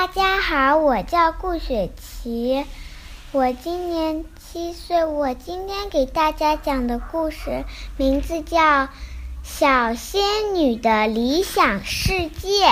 大家好，我叫顾雪琪，我今年7岁。我今天给大家讲的故事名字叫《小仙女的理想世界》。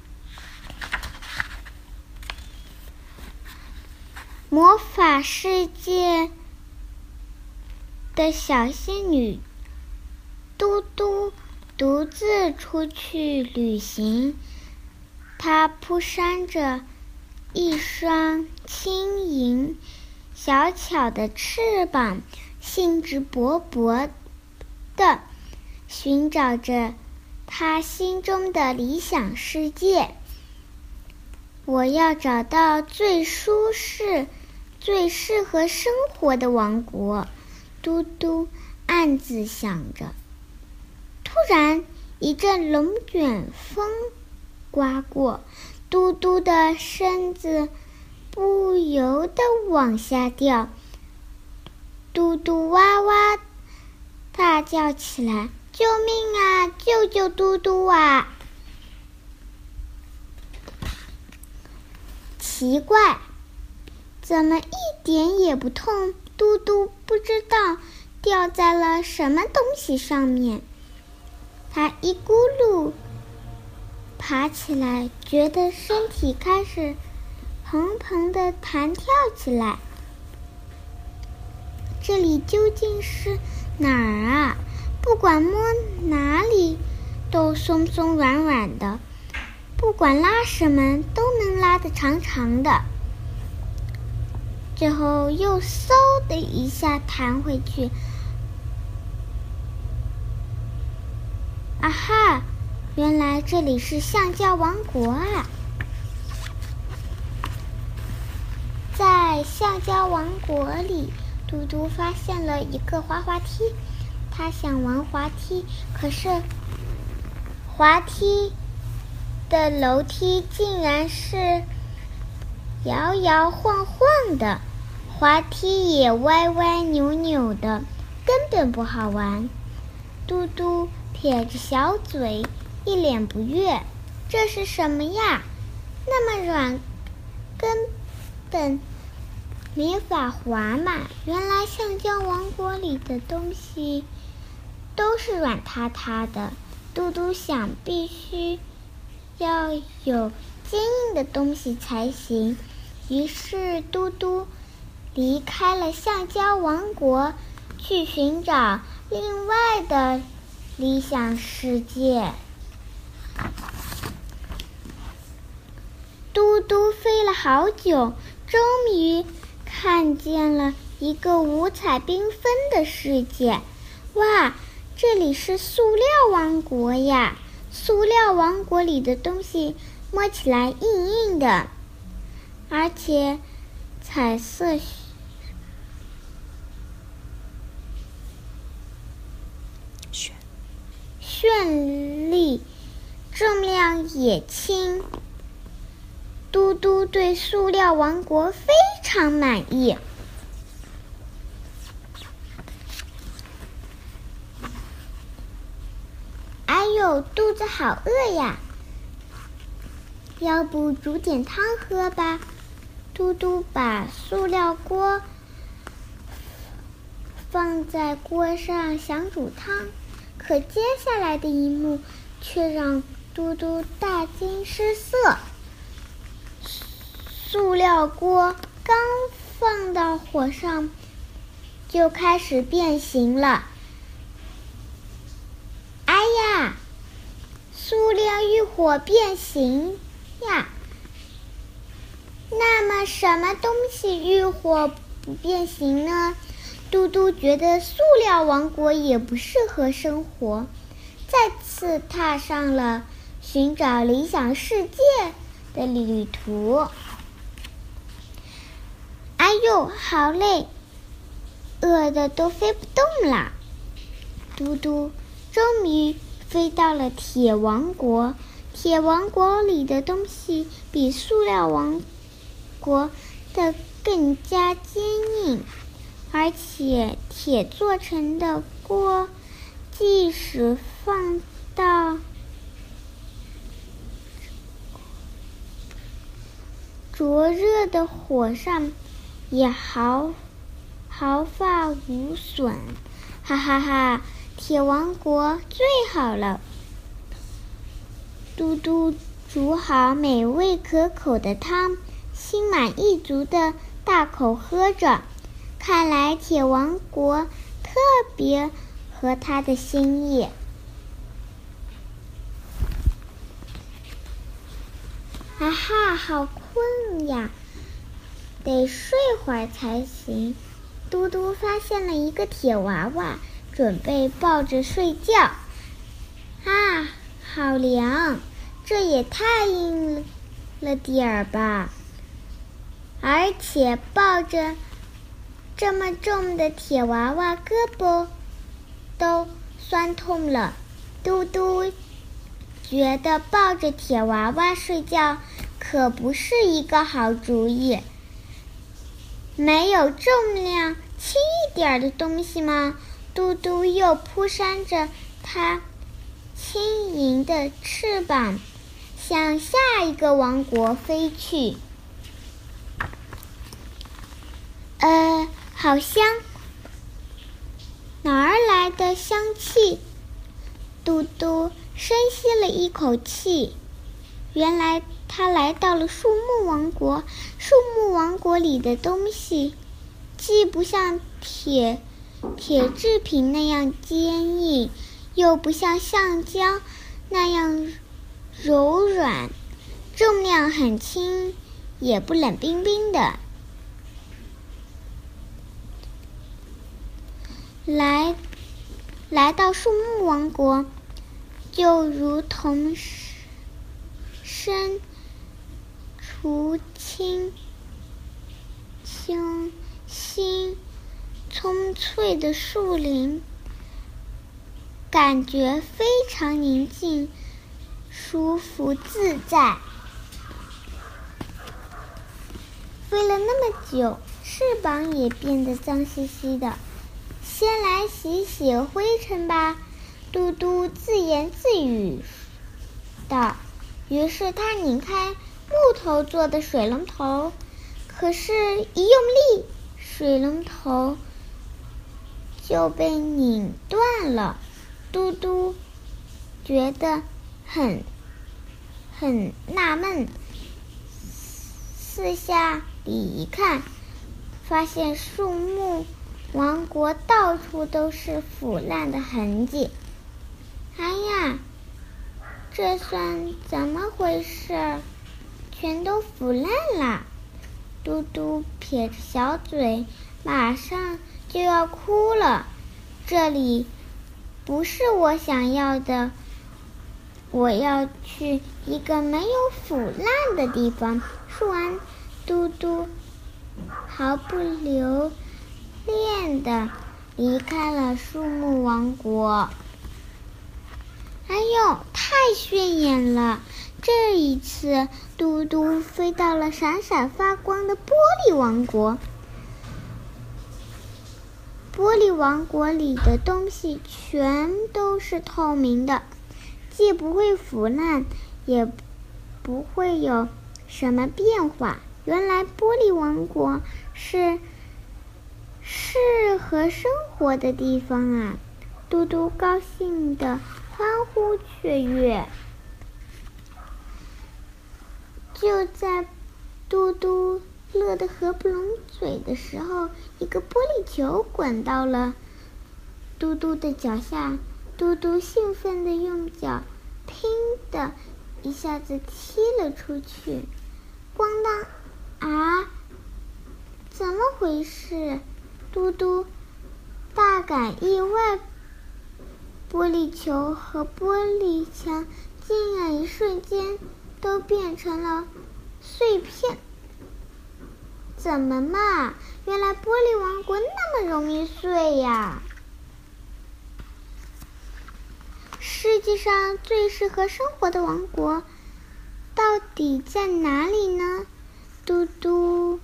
魔法世界的小仙女嘟嘟独自出去旅行，她扑扇着一双轻盈小巧的翅膀，兴致勃勃地寻找着她心中的理想世界。我要找到最舒适、最适合生活的王国，嘟嘟暗自想着。突然，一阵龙卷风刮过，嘟嘟的身子不由得往下掉，嘟嘟哇哇大叫起来：“救命啊！救救嘟嘟啊！”奇怪，怎么一点也不痛？嘟嘟不知道掉在了什么东西上面。他一咕噜爬起来，觉得身体开始砰砰地弹跳起来。这里究竟是哪儿啊？不管摸哪里都松松软软的，不管拉什么都能拉得长长的。最后又嗖的一下弹回去。啊哈！原来这里是橡胶王国啊！在橡胶王国里，嘟嘟发现了一个滑滑梯。他想玩滑梯，可是滑梯的楼梯竟然是摇摇晃晃的，滑梯也歪歪扭扭的，根本不好玩。嘟嘟撇着小嘴，一脸不悦：“这是什么呀？那么软，根本没法滑嘛！”原来橡胶王国里的东西都是软塌塌的。嘟嘟想，必须要有坚硬的东西才行。于是嘟嘟离开了橡胶王国，去寻找另外的理想世界。嘟嘟飞了好久，终于看见了一个五彩缤纷的世界。哇，这里是塑料王国呀！塑料王国里的东西摸起来硬硬的，而且彩色绚丽，重量也轻。嘟嘟对塑料王国非常满意。哎呦，肚子好饿呀！要不煮点汤喝吧？嘟嘟把塑料锅放在锅上想煮汤，可接下来的一幕却让嘟嘟大惊失色。塑料锅刚放到火上就开始变形了。哎呀，塑料遇火变形呀！那么什么东西遇火不变形呢？嘟嘟觉得塑料王国也不适合生活，再次踏上了寻找理想世界的旅途。哎呦，好累，饿得都飞不动了。嘟嘟终于飞到了铁王国。铁王国里的东西比塑料王国的更加坚硬，而且铁做成的锅，即使放到灼热的火上也毫发无损。哈哈哈，铁王国最好了！嘟嘟煮好美味可口的汤，心满意足地大口喝着。看来铁王国特别合他的心意。啊哈，好困呀，得睡会儿才行。嘟嘟发现了一个铁娃娃，准备抱着睡觉。啊，好凉，这也太硬了点儿吧！而且抱着这么重的铁娃娃，胳膊都酸痛了。嘟嘟觉得抱着铁娃娃睡觉可不是一个好主意。没有重量轻一点的东西吗？嘟嘟又扑扇着它轻盈的翅膀，向下一个王国飞去。好香！哪儿来的香气？嘟嘟深吸了一口气，原来他来到了树木王国。树木王国里的东西既不像铁制品那样坚硬，又不像橡胶那样柔软，重量很轻，也不冷冰冰的。来到树木王国，就如同身处清新葱翠的树林，感觉非常宁静、舒服自在。飞了那么久，翅膀也变得脏兮兮的。先来洗洗灰尘吧，嘟嘟自言自语道。于是他拧开木头做的水龙头，可是一用力，水龙头就被拧断了。嘟嘟觉得很纳闷，四下里一看，发现树木王国到处都是腐烂的痕迹。哎呀，这算怎么回事？全都腐烂了！嘟嘟撇着小嘴，马上就要哭了。这里不是我想要的，我要去一个没有腐烂的地方。说完，嘟嘟毫不留恋地离开了树木王国。哎呦，太炫眼了！这一次，嘟嘟飞到了闪闪发光的玻璃王国。玻璃王国里的东西全都是透明的，既不会腐烂，也不会有什么变化。原来玻璃王国是适合生活的地方啊！嘟嘟高兴地欢呼雀跃。就在嘟嘟乐得合不拢嘴的时候，一个玻璃球滚到了嘟嘟的脚下。嘟嘟兴奋地用脚砰的一下子踢了出去。咣当！啊，怎么回事？嘟嘟大感意外，玻璃球和玻璃墙竟然一瞬间都变成了碎片。怎么嘛？原来玻璃王国那么容易碎呀！世界上最适合生活的王国到底在哪里呢？嘟嘟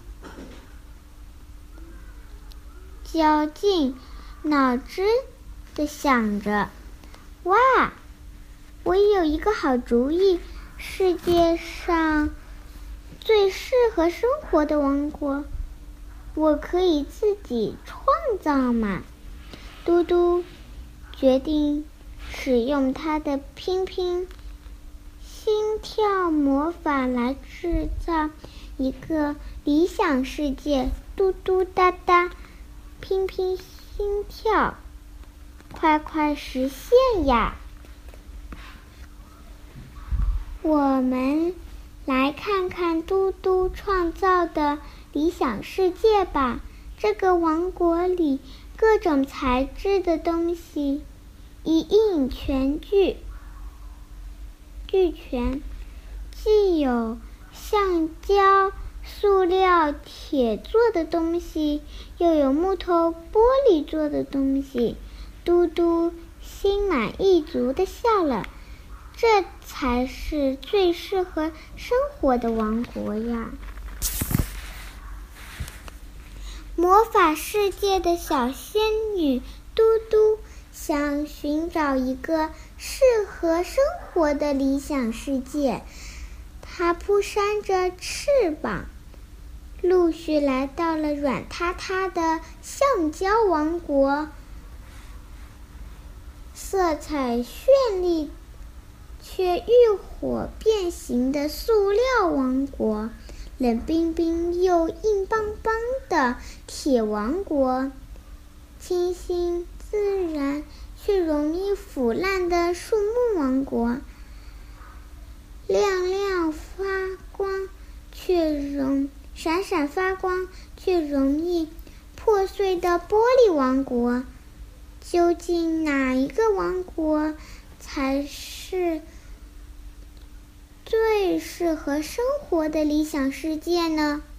绞尽脑汁地想着。哇，我有一个好主意！世界上最适合生活的王国，我可以自己创造嘛。嘟嘟决定使用他的拼拼心跳魔法来制造一个理想世界。嘟嘟哒哒，拼拼心跳，快快实现呀！我们来看看嘟嘟创造的理想世界吧。这个王国里各种材质的东西一应俱全，既有橡胶、塑料、铁做的东西，又有木头、玻璃做的东西。嘟嘟心满意足地笑了，这才是最适合生活的王国呀！魔法世界的小仙女嘟嘟想寻找一个适合生活的理想世界，她扑扇着翅膀，陆续来到了软塌塌的橡胶王国，色彩绚丽却遇火变形的塑料王国，冷冰冰又硬邦邦的铁王国，清新自然却容易腐烂的树木王国，闪闪发光却容易破碎的玻璃王国。究竟哪一个王国才是最适合生活的理想世界呢？